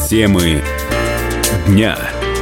Темы дня.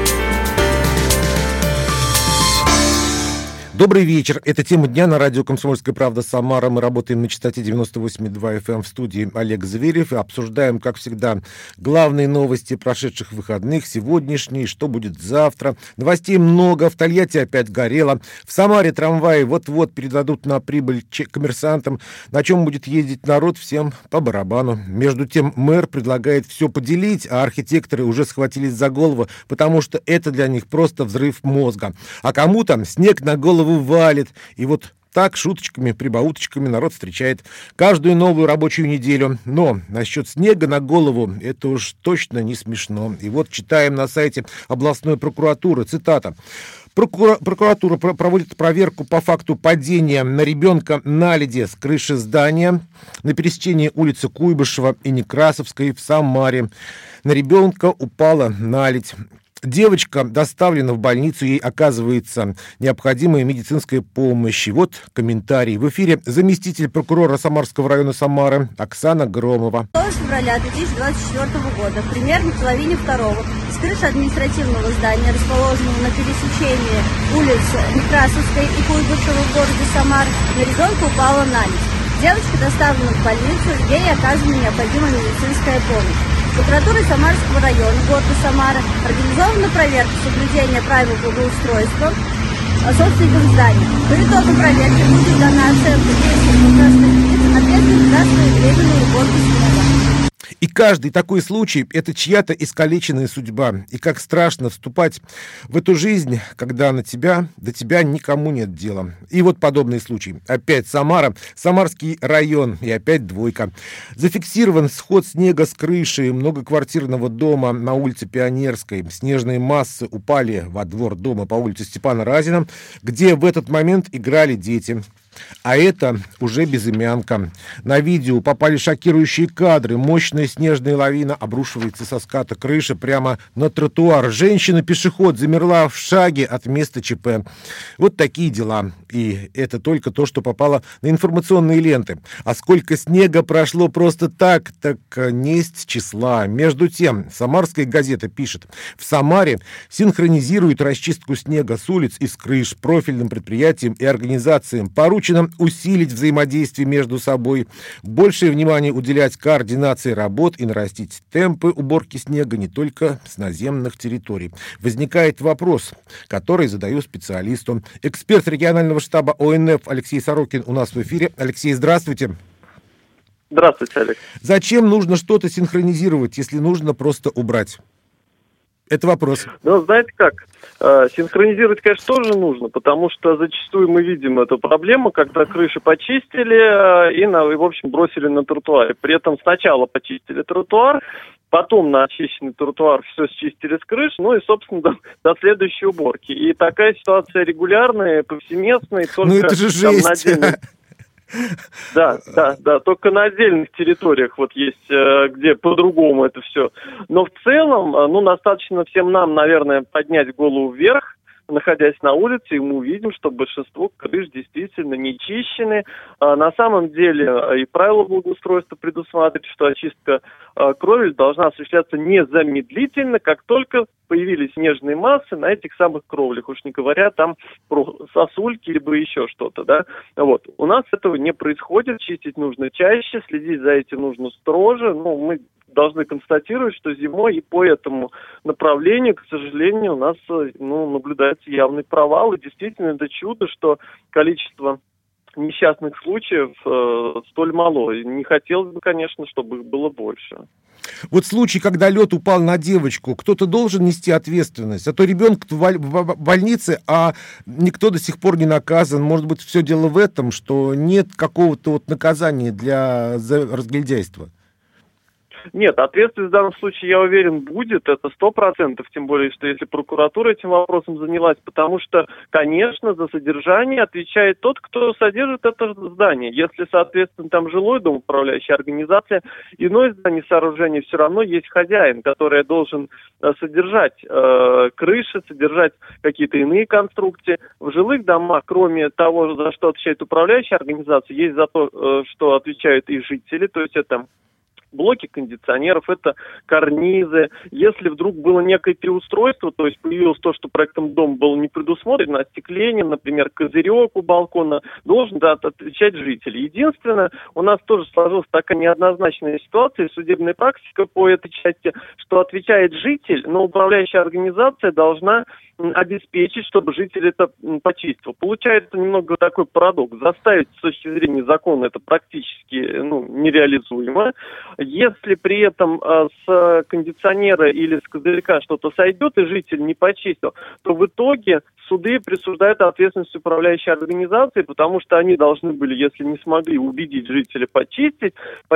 Добрый вечер. Это тема дня на радио «Комсомольская правда» Самара. Мы работаем на частоте 98,2 FM в студии Олег Зверев и обсуждаем, как всегда, главные новости прошедших выходных, сегодняшние, что будет завтра. Новостей много. В Тольятти опять горело. В Самаре трамваи вот-вот передадут на прибыль коммерсантам. На чем будет ездить народ, всем по барабану. Между тем, мэр предлагает все поделить, а архитекторы уже схватились за голову, потому что это для них просто взрыв мозга. А кому-то снег на голову валит. И вот так, шуточками, прибауточками народ встречает каждую новую рабочую неделю. Но насчет снега на голову это уж точно не смешно. И вот читаем на сайте областной прокуратуры, цитата. Прокуратура проводит проверку по факту падения на ребенка наледи с крыши здания на пересечении улицы Куйбышева и Некрасовской в Самаре. На ребенка упала наледь. Девочка доставлена в больницу, ей оказывается необходимая медицинская помощь. Вот комментарий. В эфире заместитель прокурора Самарского района Самары Оксана Громова. 2 февраля 2024 года, примерно в половине второго, с крыши административного здания, расположенного на пересечении улиц Некрасовской и Куйбышева в городе Самар, на ребенка упала наледь. Девочка доставлена в больницу, ей оказана необходимая медицинская помощь. Прокуратурой Самарского района города Самара организована проверка соблюдения правил благоустройства собственников зданий. По итогам проверки будет дана оценка действий государственных лиц, ответственных за своевременную уборку снега. И каждый такой случай – это чья-то искалеченная судьба. И как страшно вступать в эту жизнь, когда до тебя никому нет дела. И вот подобный случай. Опять Самара, Самарский район, и опять двойка. Зафиксирован сход снега с крыши многоквартирного дома на улице Пионерской. Снежные массы упали во двор дома по улице Степана Разина, где в этот момент играли дети. А это уже безымянка. На видео попали шокирующие кадры. Мощная снежная лавина обрушивается со ската крыши прямо на тротуар. Женщина-пешеход замерла в шаге от места ЧП. Вот такие дела. И это только то, что попало на информационные ленты. А сколько снега прошло просто так несть числа. Между тем, Самарская газета пишет: в Самаре синхронизируют расчистку снега с улиц и с крыш. Профильным предприятиям и организациям поручено усилить взаимодействие между собой, большее внимание уделять координации работ и нарастить темпы уборки снега не только с наземных территорий. Возникает вопрос, который задаю специалисту. Эксперт регионального штаба ОНФ Алексей Сорокин у нас в эфире. Алексей, здравствуйте. Здравствуйте, Олег. Зачем нужно что-то синхронизировать, если нужно просто убрать? Это вопрос. Ну, знаете как, синхронизировать, конечно, тоже нужно, потому что зачастую мы видим эту проблему, когда крыши почистили и в общем, бросили на тротуаре. При этом сначала почистили тротуар, потом на очищенный тротуар все счистили с крыш, ну и, собственно, до следующей уборки. И такая ситуация регулярная, повсеместная. Ну это же жесть! Да, только на отдельных территориях вот есть, где по-другому это все. Но в целом, достаточно всем нам, наверное, поднять голову вверх, находясь на улице, и мы увидим, что большинство крыш действительно не чищены. На самом деле и правила благоустройства предусматривают, что очистка кровель должна осуществляться незамедлительно, как только появились снежные массы на этих самых кровлях, уж не говоря там про сосульки либо еще что-то, да. Вот. У нас этого не происходит, чистить нужно чаще, следить за этим нужно строже. Мы должны констатировать, что зимой и по этому направлению, к сожалению, у нас наблюдается явный провал. И действительно, это чудо, что количество несчастных случаев столь мало. И не хотелось бы, конечно, чтобы их было больше. Вот случай, когда лед упал на девочку, кто-то должен нести ответственность. А то ребенок в больнице, а никто до сих пор не наказан. Может быть, все дело в этом, что нет какого-то наказания за разгильдяйство. Нет, ответственность в данном случае, я уверен, будет, это 100%, тем более, что если прокуратура этим вопросом занялась, потому что, конечно, за содержание отвечает тот, кто содержит это здание. Если, соответственно, там жилой дом, управляющая организация, иное здание, сооружение, все равно есть хозяин, который должен содержать крыши, содержать какие-то иные конструкции. В жилых домах, кроме того, за что отвечает управляющая организация, есть за то, что отвечают и жители, то есть это блоки кондиционеров, это карнизы. Если вдруг было некое переустройство, то есть появилось то, что проектом дома было не предусмотрено, остекление, например, козырек у балкона, должен отвечать житель. Единственное, у нас тоже сложилась такая неоднозначная ситуация, судебная практика по этой части, что отвечает житель, но управляющая организация должна обеспечить, чтобы житель это почистил. Получается немного такой парадокс. Заставить с точки зрения закона это практически нереализуемо. Если при этом с кондиционера или с козырька что-то сойдет и житель не почистил, то в итоге суды присуждают ответственность управляющей организации, потому что они должны были, если не смогли убедить жителя почистить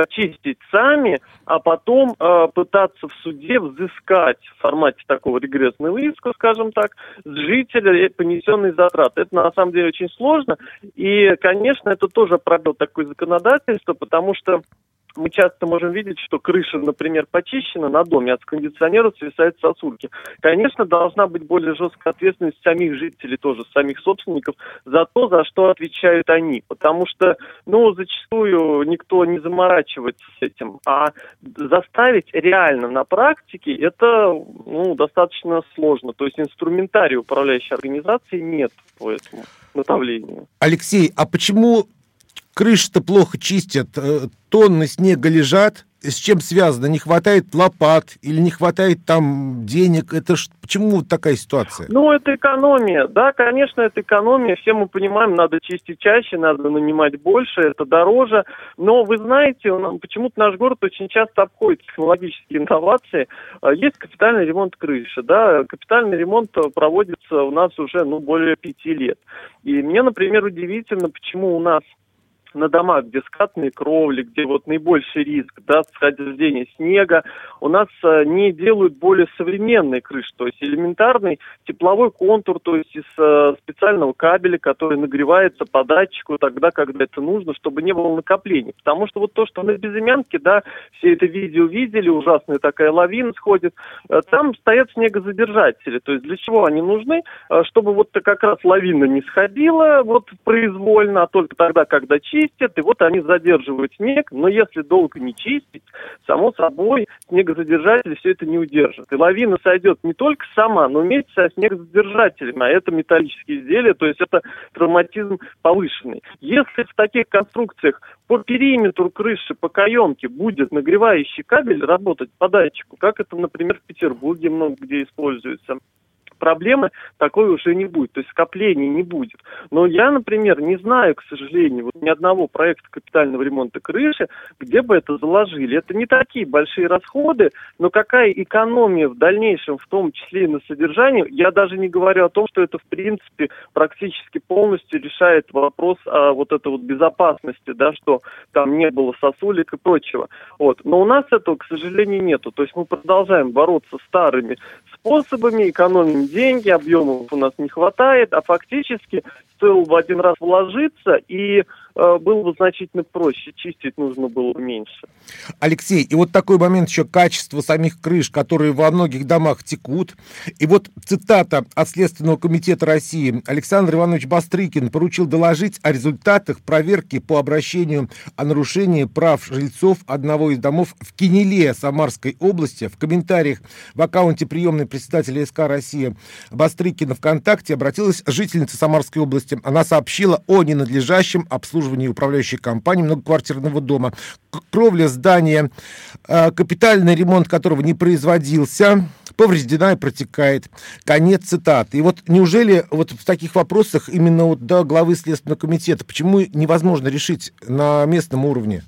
сами, а потом пытаться в суде взыскать в формате такого регрессного иска, скажем так, с жителя понесенные затраты. Это на самом деле очень сложно. И, конечно, это тоже пробел такое законодательство, потому что мы часто можем видеть, что крыша, например, почищена на доме, а с кондиционера свисают сосульки. Конечно, должна быть более жесткая ответственность самих жителей тоже, самих собственников, за то, за что отвечают они. Потому что, зачастую никто не заморачивается с этим. А заставить реально на практике это, достаточно сложно. То есть инструментария управляющей организации нет по этому направлению. Алексей, а почему крыши-то плохо чистят, тонны снега лежат, с чем связано? Не хватает лопат или не хватает там денег? Почему вот такая ситуация? Это экономия. Да, конечно, это экономия. Все мы понимаем, надо чистить чаще, надо нанимать больше, это дороже. Но вы знаете, почему-то наш город очень часто обходит технологические инновации. Есть капитальный ремонт крыши. Да? Капитальный ремонт проводится у нас уже более 5 лет. И мне, например, удивительно, почему у нас на домах, где скатные кровли, где наибольший риск, схождения снега, у нас не делают более современные крыши, то есть элементарный тепловой контур, то есть из специального кабеля, который нагревается по датчику тогда, когда это нужно, чтобы не было накоплений. Потому что то, что на Безымянке, все это видео видели, ужасная такая лавина сходит, там стоят снегозадержатели. То есть для чего они нужны? Чтобы как раз лавина не сходила произвольно, а только тогда, когда чистят, и они задерживают снег, но если долго не чистить, само собой, снегозадержатель все это не удержит. И лавина сойдет не только сама, но вместе со снегозадержателем, а это металлические изделия, то есть это травматизм повышенный. Если в таких конструкциях по периметру крыши, по каемке будет нагревающий кабель работать по датчику, как это, например, в Петербурге много где используется, проблемы такой уже не будет, то есть скоплений не будет. Но я, например, не знаю, к сожалению, ни одного проекта капитального ремонта крыши, где бы это заложили. Это не такие большие расходы, но какая экономия в дальнейшем, в том числе и на содержании, я даже не говорю о том, что это, в принципе, практически полностью решает вопрос о этой безопасности, что там не было сосулек и прочего. Но у нас этого, к сожалению, нету. То есть мы продолжаем бороться старыми способами, экономим деньги, объемов у нас не хватает, а фактически стоило бы один раз вложиться, и было бы значительно проще, чистить нужно было бы меньше. Алексей, и такой момент еще качество самих крыш, которые во многих домах текут. И цитата от Следственного комитета России. Александр Иванович Бастрыкин поручил доложить о результатах проверки по обращению о нарушении прав жильцов одного из домов в Кинеле Самарской области. В комментариях в аккаунте приемной председателя СК «Россия» Бастрыкина ВКонтакте обратилась жительница Самарской области. Она сообщила о ненадлежащем обслуживании управляющей компании многоквартирного дома. Кровля здания, капитальный ремонт которого не производился, повреждена и протекает. Конец цитаты. И неужели в таких вопросах именно до главы Следственного комитета, почему невозможно решить на местном уровне?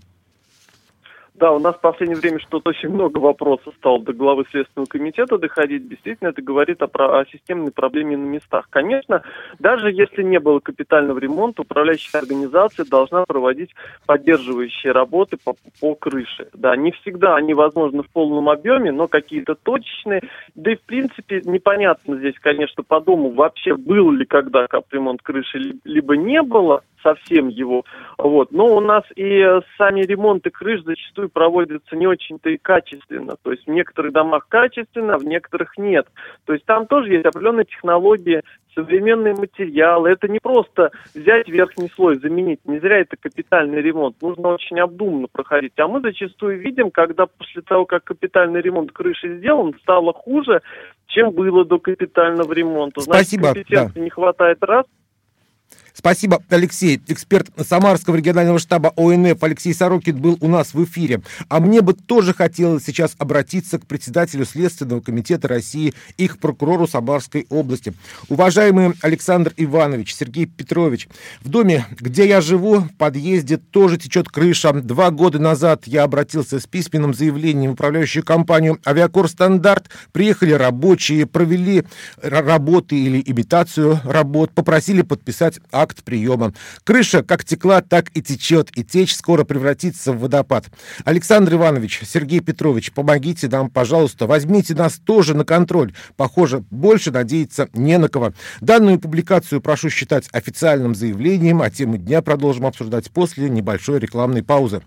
Да, у нас в последнее время что-то очень много вопросов стало до главы Следственного комитета доходить. Действительно, это говорит о системной проблеме на местах. Конечно, даже если не было капитального ремонта, управляющая организация должна проводить поддерживающие работы по крыше. Да, не всегда они возможны в полном объеме, но какие-то точечные. Да и, в принципе, непонятно здесь, конечно, по дому вообще был ли когда капремонт крыши, либо не было. совсем его. Вот. Но у нас и сами ремонты крыш зачастую проводятся не очень-то и качественно. То есть в некоторых домах качественно, а в некоторых нет. То есть там тоже есть определенные технологии, современные материалы. Это не просто взять верхний слой, заменить. Не зря это капитальный ремонт. Нужно очень обдуманно проходить. А мы зачастую видим, когда после того, как капитальный ремонт крыши сделан, стало хуже, чем было до капитального ремонта. Спасибо. Значит, компетенции не хватает раз. Спасибо, Алексей. Эксперт Самарского регионального штаба ОНФ Алексей Сорокин был у нас в эфире. А мне бы тоже хотелось сейчас обратиться к председателю Следственного комитета России и к прокурору Самарской области. Уважаемый Александр Иванович, Сергей Петрович, в доме, где я живу, в подъезде тоже течет крыша. 2 года назад я обратился с письменным заявлением в управляющую компанию «Авиакор Стандарт». Приехали рабочие, провели работы или имитацию работ, попросили подписать акт приема. Крыша как текла, так и течет, и течь скоро превратится в водопад. Александр Иванович, Сергей Петрович, помогите нам, пожалуйста, возьмите нас тоже на контроль. Похоже, больше надеяться не на кого. Данную публикацию прошу считать официальным заявлением, а тему дня продолжим обсуждать после небольшой рекламной паузы.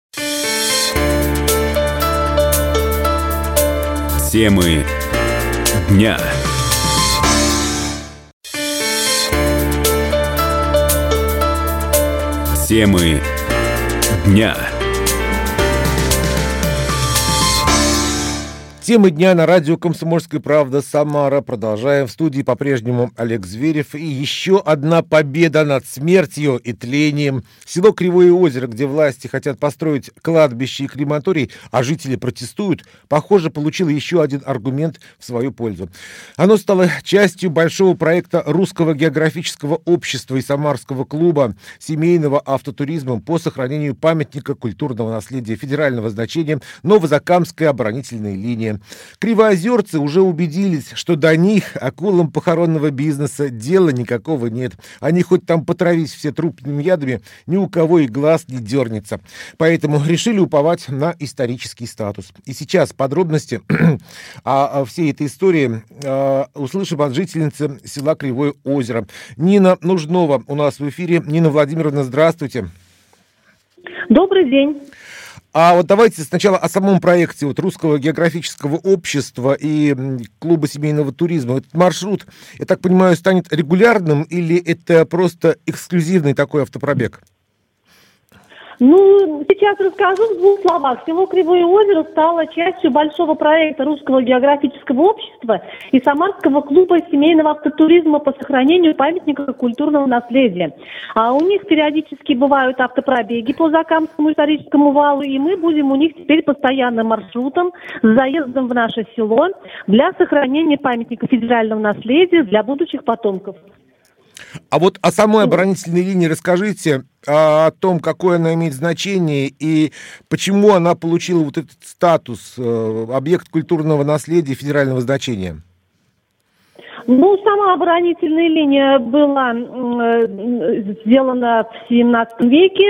Темы дня. Темы дня. Темы дня на радио «Комсомольская правда» Самара. Продолжаем. В студии по-прежнему Олег Зверев. И еще одна победа над смертью и тлением. Село Кривое озеро, где власти хотят построить кладбище и крематорий, а жители протестуют, похоже, получило еще один аргумент в свою пользу. Оно стало частью большого проекта Русского географического общества и Самарского клуба семейного автотуризма по сохранению памятника культурного наследия федерального значения Новозакамская оборонительная линия. Кривоозерцы уже убедились, что до них, акулам похоронного бизнеса, дела никакого нет. Они хоть там потравись все трупными ядами, ни у кого и глаз не дернется. Поэтому решили уповать на исторический статус. И сейчас подробности о всей этой истории услышим от жительницы села Кривое озеро. Нина Нужнова у нас в эфире. Нина Владимировна, здравствуйте. Добрый день. А вот давайте сначала о самом проекте вот Русского географического общества и клуба семейного туризма. Этот маршрут, я так понимаю, станет регулярным или это просто эксклюзивный такой автопробег? Ну, сейчас расскажу в 2 словах. Село Кривое озеро стало частью большого проекта Русского географического общества и Самарского клуба семейного автотуризма по сохранению памятника культурного наследия. А у них периодически бывают автопробеги по Закамскому историческому валу, и мы будем у них теперь постоянным маршрутом с заездом в наше село для сохранения памятника федерального наследия для будущих потомков. А вот о самой оборонительной линии расскажите, о том, какое она имеет значение и почему она получила вот этот статус, объект культурного наследия федерального значения. Ну, сама оборонительная линия была сделана в 17 веке.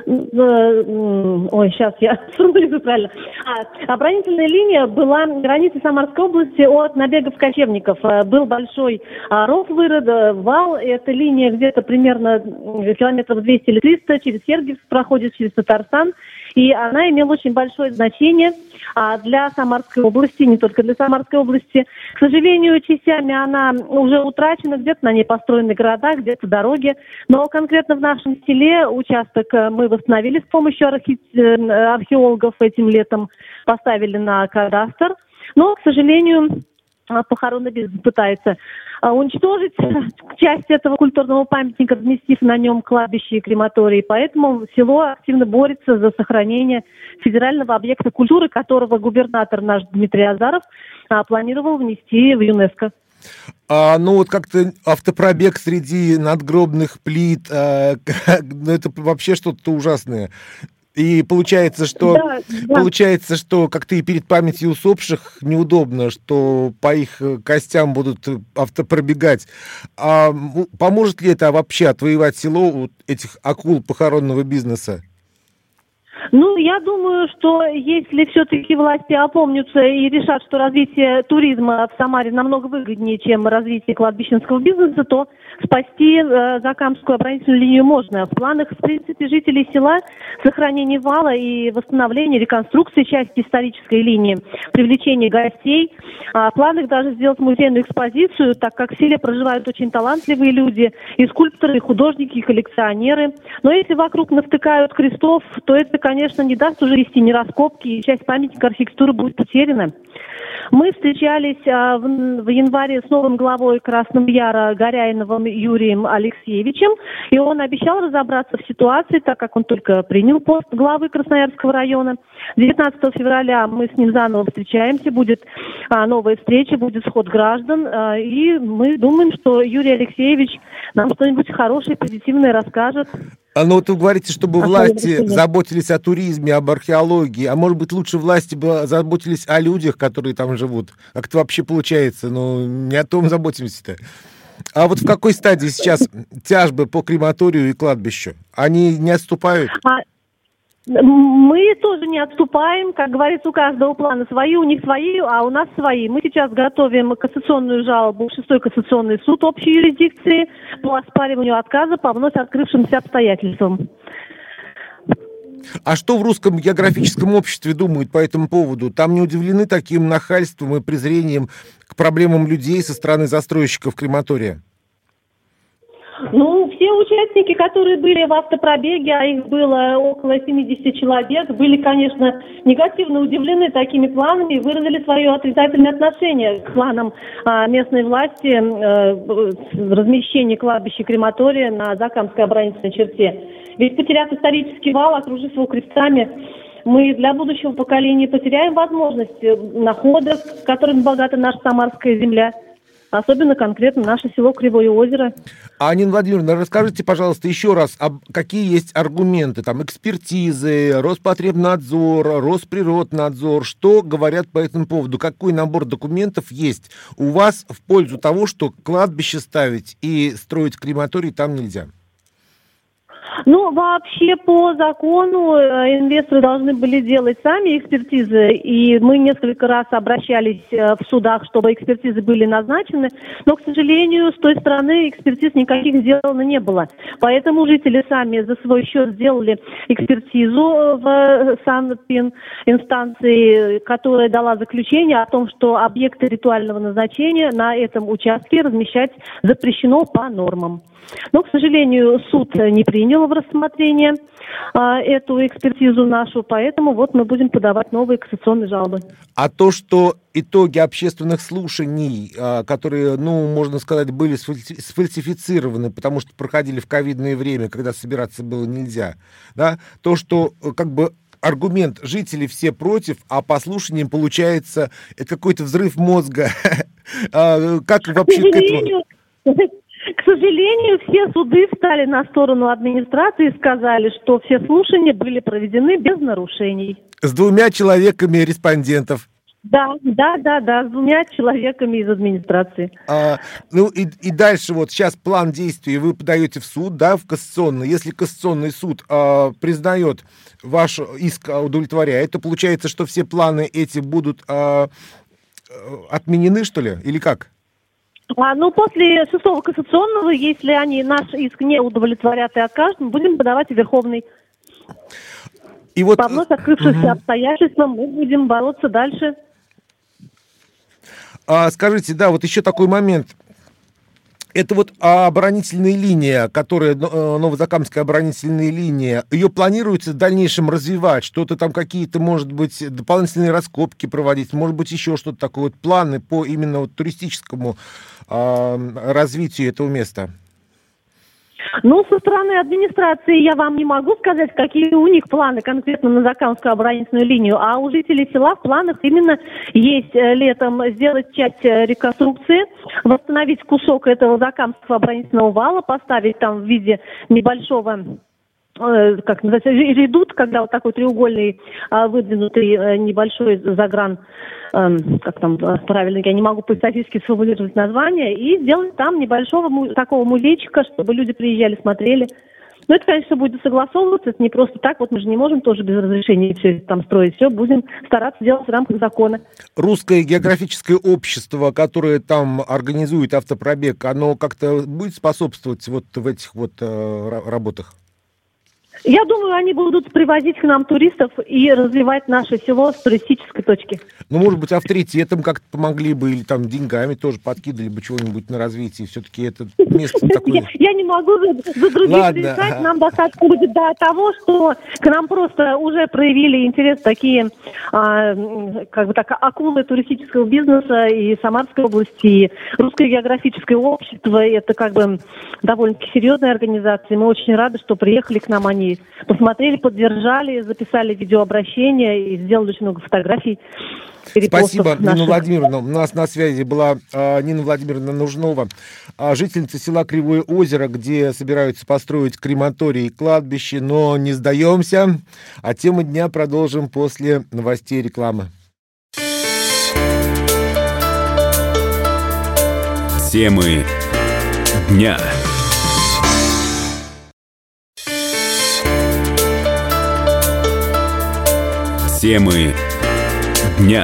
Ой, сейчас я сформулирую правильно. Оборонительная линия была границей Самарской области от набегов кочевников. Был большой ров вырод, вал. Эта линия где-то примерно километров 200 или 300 через Сергиевск проходит, через Татарстан. И она имела очень большое значение для Самарской области, не только для Самарской области. К сожалению, частями она уже утрачена, где-то на ней построены города, где-то дороги. Но конкретно в нашем селе участок мы восстановили с помощью археологов этим летом, поставили на кадастр. Но, к сожалению, похоронный бизнес пытается уничтожить часть этого культурного памятника, разместив на нем кладбище и крематорий. Поэтому село активно борется за сохранение федерального объекта культуры, которого губернатор наш Дмитрий Азаров планировал внести в ЮНЕСКО. Ну вот как-то автопробег среди надгробных плит, ну это вообще что-то ужасное. И получается, что как-то и перед памятью усопших неудобно, что по их костям будут автопробегать. А поможет ли это вообще отвоевать село от этих акул похоронного бизнеса? Ну, я думаю, что если все-таки власти опомнятся и решат, что развитие туризма в Самаре намного выгоднее, чем развитие кладбищенского бизнеса, то спасти Закамскую оборонительную линию можно. В планах, в принципе, жителей села сохранение вала и восстановление, реконструкции части исторической линии, привлечение гостей. В планах даже сделать музейную экспозицию, так как в селе проживают очень талантливые люди, и скульпторы, и художники, и коллекционеры. Но если вокруг навтыкают крестов, то это, конечно, не даст уже вести ни раскопки, и часть памятника архитектуры будет потеряна. Мы встречались в январе с новым главой Красного Яра Горяиновым Юрием Алексеевичем, и он обещал разобраться в ситуации, так как он только принял пост главы Красноярского района. 19 февраля мы с ним заново встречаемся, будет новая встреча, будет сход граждан, и мы думаем, что Юрий Алексеевич нам что-нибудь хорошее, позитивное расскажет. Ну вот вы говорите, чтобы власти заботились о туризме, об археологии, а может быть лучше власти бы заботились о людях, которые там живут. Как это вообще получается? Ну, не о том заботимся-то. А вот в какой стадии сейчас тяжбы по крематорию и кладбищу? Они не отступают? Мы тоже не отступаем. Как говорится, у каждого плана свои, у них свои, а у нас свои. Мы сейчас готовим кассационную жалобу в 6-й кассационный суд общей юрисдикции по оспариванию отказа по вновь открывшимся обстоятельствам. А что в Русском географическом обществе думают по этому поводу? Там не удивлены таким нахальством и презрением к проблемам людей со стороны застройщиков крематория? Ну, все участники, которые были в автопробеге, а их было около 70 человек, были, конечно, негативно удивлены такими планами и выразили свое отрицательное отношение к планам местной власти размещения кладбища крематория на Закамской оборонительной черте. Ведь, потеряв исторический вал, окружив его крестами, мы для будущего поколения потеряем возможность находок, которыми богата наша Самарская земля. Особенно конкретно наше село Кривое озеро. Нина Владимировна, расскажите, пожалуйста, еще раз, какие есть аргументы, там, экспертизы, Роспотребнадзор, Росприроднадзор, что говорят по этому поводу, какой набор документов есть у вас в пользу того, что кладбище ставить и строить крематорий там нельзя? Ну, вообще, по закону инвесторы должны были делать сами экспертизы, и мы несколько раз обращались в судах, чтобы экспертизы были назначены, но, к сожалению, с той стороны экспертиз никаких сделано не было. Поэтому жители сами за свой счет сделали экспертизу в санэпинстанции, которая дала заключение о том, что объекты ритуального назначения на этом участке размещать запрещено по нормам. Но, к сожалению, суд не принял в рассмотрение эту экспертизу нашу, поэтому вот мы будем подавать новые кассационные жалобы. А то, что итоги общественных слушаний, которые, можно сказать, были сфальсифицированы, потому что проходили в ковидное время, когда собираться было нельзя, да, то, что аргумент жителей все против, а по слушаниям получается это какой-то взрыв мозга. Как вообще к этому? К сожалению, все суды встали на сторону администрации и сказали, что все слушания были проведены без нарушений. С 2 человеками респондентов. Да, с 2 человеками из администрации. И дальше вот сейчас план действий вы подаете в суд, да, в кассационный. Если кассационный суд признает ваш иск, удовлетворяет, то получается, что все планы эти будут отменены, что ли, или как? После 6-го кассационного, если они наш иск не удовлетворят и откажут, мы будем подавать в Верховный. И вот по вновь открывшимся обстоятельствам мы будем бороться дальше. Скажите, да, вот еще такой момент. Это вот оборонительная линия, которая Новозакамская оборонительная линия, ее планируется в дальнейшем развивать, что-то там какие-то, может быть, дополнительные раскопки проводить, может быть, еще что-то такое, вот планы по именно туристическому развитию этого места? Со стороны администрации я вам не могу сказать, какие у них планы конкретно на Закамскую оборонительную линию, а у жителей села в планах именно есть летом сделать часть реконструкции, восстановить кусок этого Закамского оборонительного вала, поставить там в виде небольшого, как называется, редут, когда вот такой треугольный выдвинутый небольшой загран, как там правильно, я не могу по-софистски сформулировать название, и сделать там небольшого такого музейчика, чтобы люди приезжали, смотрели. Но это, конечно, будет согласовываться, это не просто так, вот мы же не можем тоже без разрешения все это там строить, все будем стараться делать в рамках закона. Русское географическое общество, которое там организует автопробег, оно как-то будет способствовать вот в этих вот работах? Я думаю, они будут привозить к нам туристов и развивать наше село с туристической точки. Ну, может быть, авторитетом как-то помогли бы, или там деньгами тоже подкидывали бы чего-нибудь на развитие. Все-таки это место такое... Я не могу за других решать. Нам достаточно будет того, что к нам просто уже проявили интерес такие, акулы туристического бизнеса и Самарской области, и Русское географическое общество. Это довольно-таки серьезная организация. Мы очень рады, что приехали к нам они. Посмотрели, поддержали, записали видеообращение и сделали очень много фотографий. Спасибо, Нина Владимировна. У нас на связи была Нина Владимировна Нужнова, жительница села Кривое озеро, где собираются построить крематорий и кладбище, но не сдаемся. А тему дня продолжим после новостей и рекламы. Темы дня. Темы дня.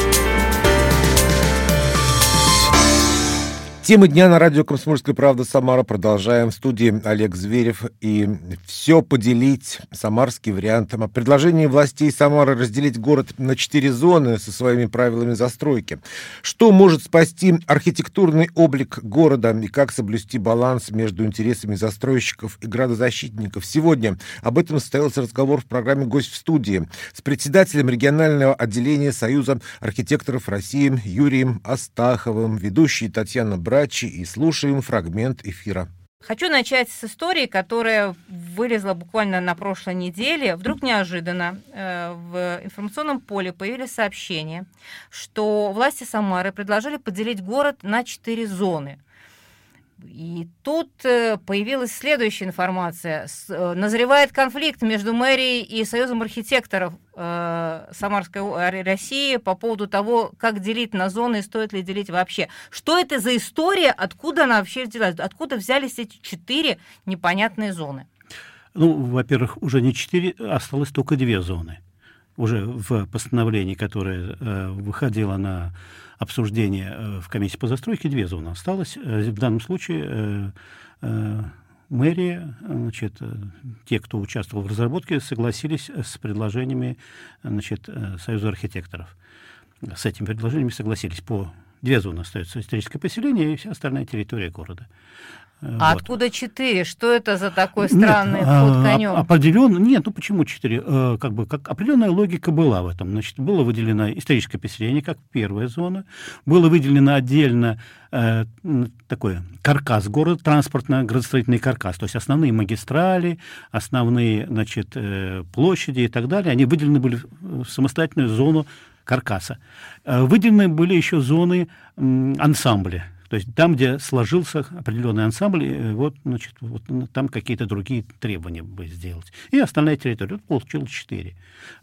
Темы дня на радио «Комсомольская правда» Самара. Продолжаем. В студии Олег Зверев. И все поделить. Самарский вариант. О предложении властей Самары разделить город на 4 зоны со своими правилами застройки. Что может спасти архитектурный облик города и как соблюсти баланс между интересами застройщиков и градозащитников? Сегодня об этом состоялся разговор в программе «Гость в студии» с председателем регионального отделения Союза архитекторов России Юрием Астаховым, ведущей Татьяна Братчи, и слушаем фрагмент эфира. Хочу начать с истории, которая вылезла буквально на прошлой неделе. Вдруг неожиданно в информационном поле появились сообщения, что власти Самары предложили поделить город на 4 зоны. И тут появилась следующая информация. Назревает конфликт между мэрией и Союзом архитекторов Самарской России по поводу того, как делить на зоны и стоит ли делить вообще. Что это за история, откуда она вообще взялась, откуда взялись эти 4 непонятные зоны? Ну, во-первых, уже не 4, осталось только 2 зоны. Уже в постановлении, которое выходило на обсуждение в комиссии по застройке, 2 зоны осталось. В данном случае мэрия, те, кто участвовал в разработке, согласились с предложениями Союза архитекторов. С этими предложениями согласились. 2 зоны остаются: историческое поселение и вся остальная территория города. А вот. Откуда 4? Что это за такой странный ход конем? Определенно, нет, почему 4? Как определенная логика была в этом. Было выделено историческое поселение как первая зона, было выделено отдельно такой каркас города, транспортно-градостроительный каркас, то есть основные магистрали, основные площади и так далее, они выделены были в самостоятельную зону каркаса. Выделены были еще зоны ансамбля. То есть там, где сложился определенный ансамбль, там какие-то другие требования бы сделать. И остальная территория. Получилось 4.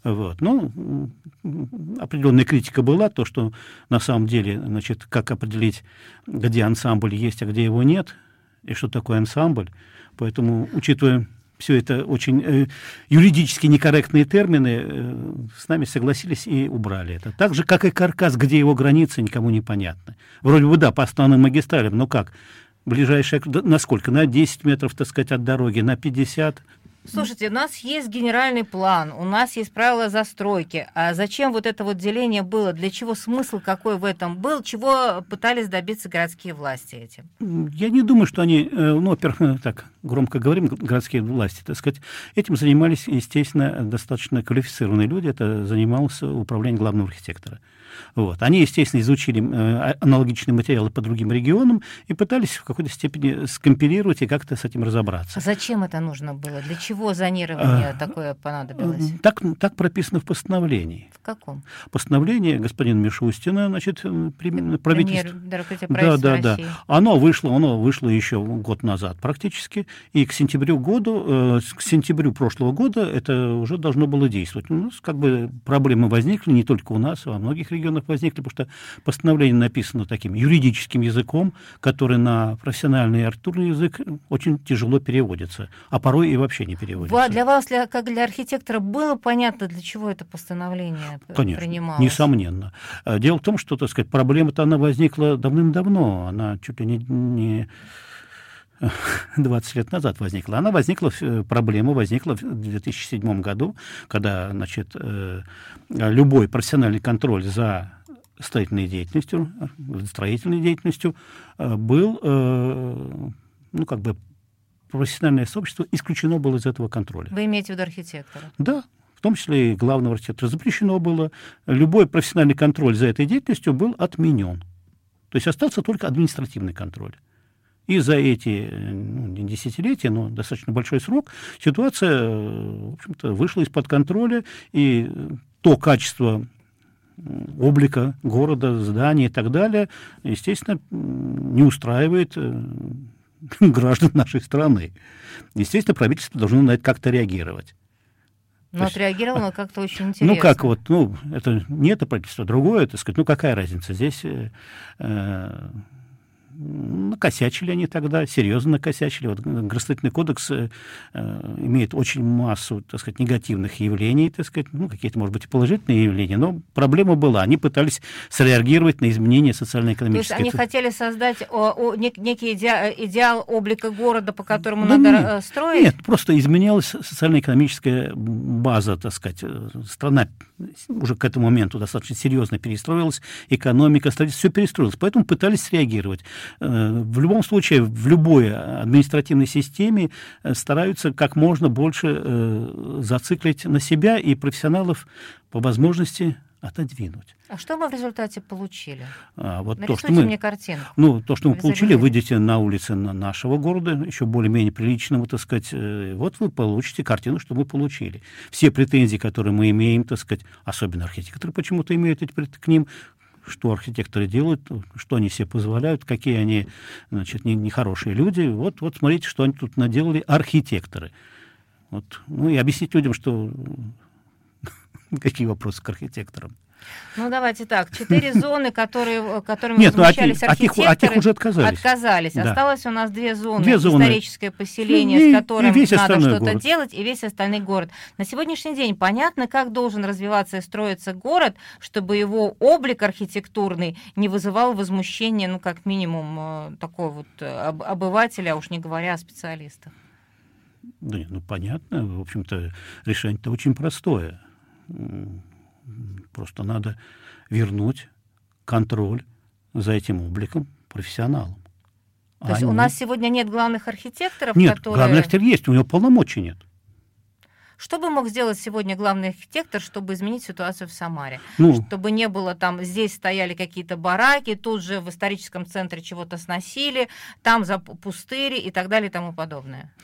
Определенная критика была, то, что на самом деле, как определить, где ансамбль есть, а где его нет, и что такое ансамбль. Поэтому, учитывая все это очень юридически некорректные термины, с нами согласились и убрали это. Так же, как и каркас, где его границы, никому не понятны. Вроде бы, да, по основным магистралям, но как? Ближайшая, на сколько? На 10 метров, от дороги, на 50? Слушайте, у нас есть генеральный план, у нас есть правила застройки. А зачем это деление было? Для чего? Смысл какой в этом был? Чего пытались добиться городские власти этим? Я не думаю, что они, во-первых, так громко говорим, городские власти, этим занимались, естественно, достаточно квалифицированные люди. Это занимался управление главного архитектора. Они, естественно, изучили аналогичные материалы по другим регионам и пытались в какой-то степени скомпилировать и как-то с этим разобраться. А зачем это нужно было? Для чего зонирование такое понадобилось? Так прописано в постановлении. В каком? Постановление господина Мишустина, значит, правительство. Да. Оно вышло еще год назад практически, и к сентябрю прошлого года это уже должно было действовать. У нас как бы проблемы возникли, не только у нас, а во многих регионах возникли, потому что постановление написано таким юридическим языком, который на профессиональный и архитектурный язык очень тяжело переводится, а порой и вообще не переводится. Для вас, как для архитектора, было понятно, для чего это постановление принималось? Конечно, несомненно. Дело в том, что, так сказать, проблема-то она возникла давным-давно, она чуть ли не 20 лет назад возникла. Проблема возникла в 2007 году, когда, значит, любой профессиональный контроль за строительной деятельностью был, профессиональное сообщество исключено было из этого контроля. Вы имеете в виду архитектора? Да, в том числе и главного архитектора. Запрещено было. Любой профессиональный контроль за этой деятельностью был отменен. То есть остался только административный контроль. И за эти десятилетия, но достаточно большой срок, ситуация, в общем-то, вышла из-под контроля, и то качество облика города, зданий и так далее, естественно, не устраивает граждан нашей страны. Естественно, правительство должно на это как-то реагировать. Но отреагировало как-то очень интересно. Это не это правительство, другое, так сказать, какая разница? Здесь накосячили они тогда, серьезно накосячили. Вот Градостроительный кодекс имеет очень массу, так сказать, негативных явлений, так сказать, какие-то, может быть, и положительные явления, но проблема была. Они пытались среагировать на изменения социально-экономических. То есть они хотели создать некий идеал облика города, по которому надо строить? Нет, просто изменялась социально-экономическая база, так сказать. Страна уже к этому моменту достаточно серьезно перестроилась, экономика, строительство, все перестроилось, поэтому пытались среагировать. В любом случае, в любой административной системе стараются как можно больше зациклить на себя и профессионалов по возможности отодвинуть. А что мы в результате получили? Нарисуйте мне картинку. То, что мы получили, выйдете на улицы нашего города, еще более-менее приличного, так сказать, вот вы получите картину, что мы получили. Все претензии, которые мы имеем, так сказать, особенно архитекторы почему-то имеют эти претензии к ним, что архитекторы делают, что они себе позволяют, какие они, значит, нехорошие люди. Вот смотрите, что они тут наделали архитекторы. И объяснить людям, что какие вопросы к архитекторам. Давайте так. 4 зоны, которыми возмущались архитекторы, от них уже отказались. Да. Осталось у нас 2 зоны. 2 зоны. Историческое поселение, с которым надо что-то город. делать, и весь остальной город. На сегодняшний день понятно, как должен развиваться и строиться город, чтобы его облик архитектурный не вызывал возмущения, как минимум, такого обывателя, а уж не говоря о специалистах. Да, понятно. В общем-то, решение-то очень простое. Просто надо вернуть контроль за этим обликом профессионалам. То есть у нас сегодня нет главных архитекторов, Нет, которые... главный архитектор есть, у него полномочий нет. Что бы мог сделать сегодня главный архитектор, чтобы изменить ситуацию в Самаре? Чтобы не было там, здесь стояли какие-то бараки, тут же в историческом центре чего-то сносили, там за пустыри и так далее и тому подобное.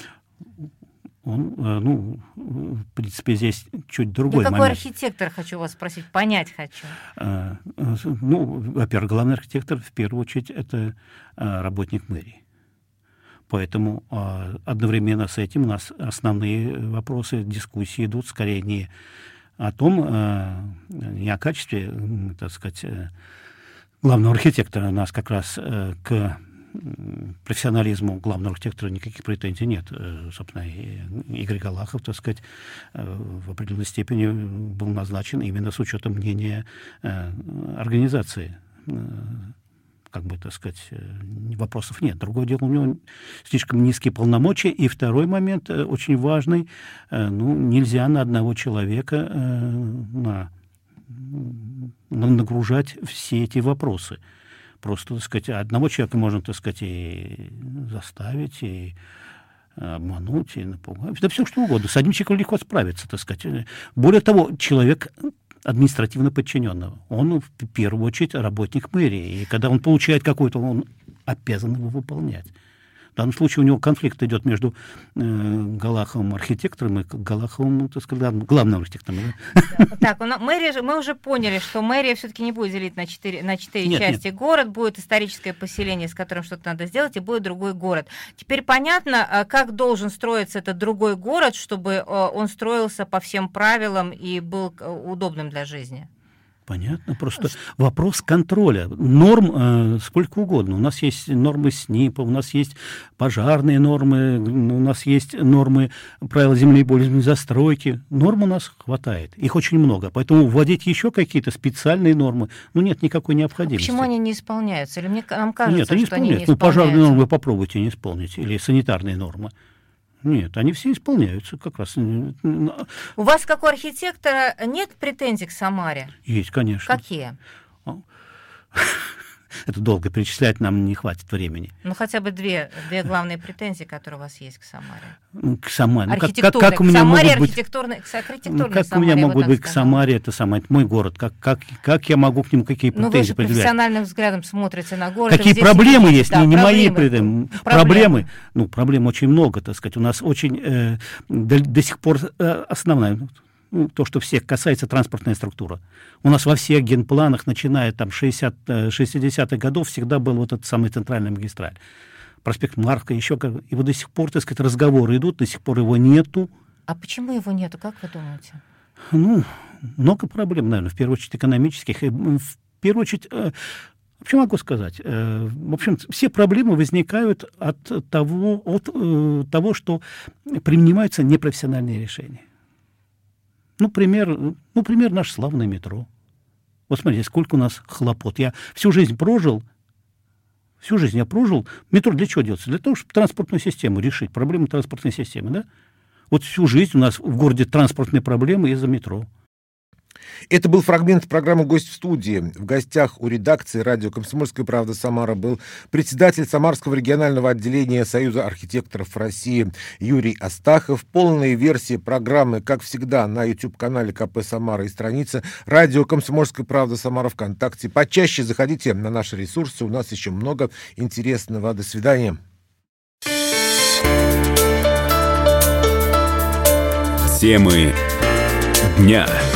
В принципе, здесь чуть другой момент. Какой архитектор, хочу вас спросить, понять хочу. Во-первых, главный архитектор, в первую очередь, это работник мэрии. Поэтому одновременно с этим у нас основные вопросы, дискуссии идут скорее не о том, не о качестве, так сказать, главного архитектора. У нас как раз к профессионализму главного архитектора никаких претензий нет. Собственно, Игорь Галахов, так сказать, в определенной степени был назначен именно с учетом мнения организации. Так сказать, вопросов нет. Другое дело, у него слишком низкие полномочия. И второй момент, очень важный, нельзя на одного человека нагружать все эти вопросы. Просто, так сказать, одного человека можно, так сказать, и заставить, и обмануть, и напугать. Да все что угодно. С одним человеком легко справиться, так сказать. Более того, человек административно подчиненного. Он, в первую очередь, работник мэрии. И когда он получает какой-то, он обязан его выполнять. данном случае у него конфликт идет между Галаховым архитектором и Галаховым, так сказать, главным архитектором. Да? Так, мы уже поняли, что мэрия все-таки не будет делить на четыре части город, будет историческое поселение, с которым что-то надо сделать, и будет другой город. Теперь понятно, как должен строиться этот другой город, чтобы он строился по всем правилам и был удобным для жизни. Понятно, просто вопрос контроля. Норм сколько угодно. У нас есть нормы СНИПа, у нас есть пожарные нормы, у нас есть нормы правил землепользования застройки. Норм у нас хватает, их очень много. Поэтому вводить еще какие-то специальные нормы, нет никакой необходимости. Почему они не исполняются? Или нам кажется, нет, они что они не исполняются? Пожарные нормы попробуйте не исполнить, или санитарные нормы. Нет, они все исполняются как раз. У вас, как у архитектора, нет претензий к Самаре? Есть, конечно. Какие? Это долго перечислять, нам не хватит времени. Хотя бы две главные претензии, которые у вас есть к Самаре. К Самаре. Архитектурной. Как у меня могут быть... Как у меня могут быть к Самаре, это мой город. Как я могу к нему какие претензии предъявлять? Вы же профессиональным взглядом смотрите на город. Какие проблемы есть, не мои претензии. Проблем очень много, так сказать. У нас очень до сих пор основная... то, что всех касается транспортная структура. У нас во всех генпланах, начиная там 60-х годов, всегда был вот этот самый центральный магистраль. Проспект Марка, еще как. И вот до сих пор, так сказать, разговоры идут, до сих пор его нету. А почему его нету, как вы думаете? Много проблем, наверное, в первую очередь экономических. И в первую очередь, вообще могу сказать, в общем, все проблемы возникают от того, что принимаются непрофессиональные решения. Пример наше славное метро. Вот смотрите, сколько у нас хлопот. Я всю жизнь прожил. Метро для чего делается? Для того, чтобы транспортную систему решить, проблемы транспортной системы, да? Вот всю жизнь у нас в городе транспортные проблемы из-за метро. Это был фрагмент программы «Гость в студии». В гостях у редакции радио «Комсомольская правда» Самара был председатель Самарского регионального отделения Союза архитекторов России Юрий Астахов. Полные версии программы, как всегда, на YouTube-канале КП Самара и странице радио «Комсомольская правда» Самара ВКонтакте. Почаще заходите на наши ресурсы, у нас еще много интересного. До свидания. Темы дня.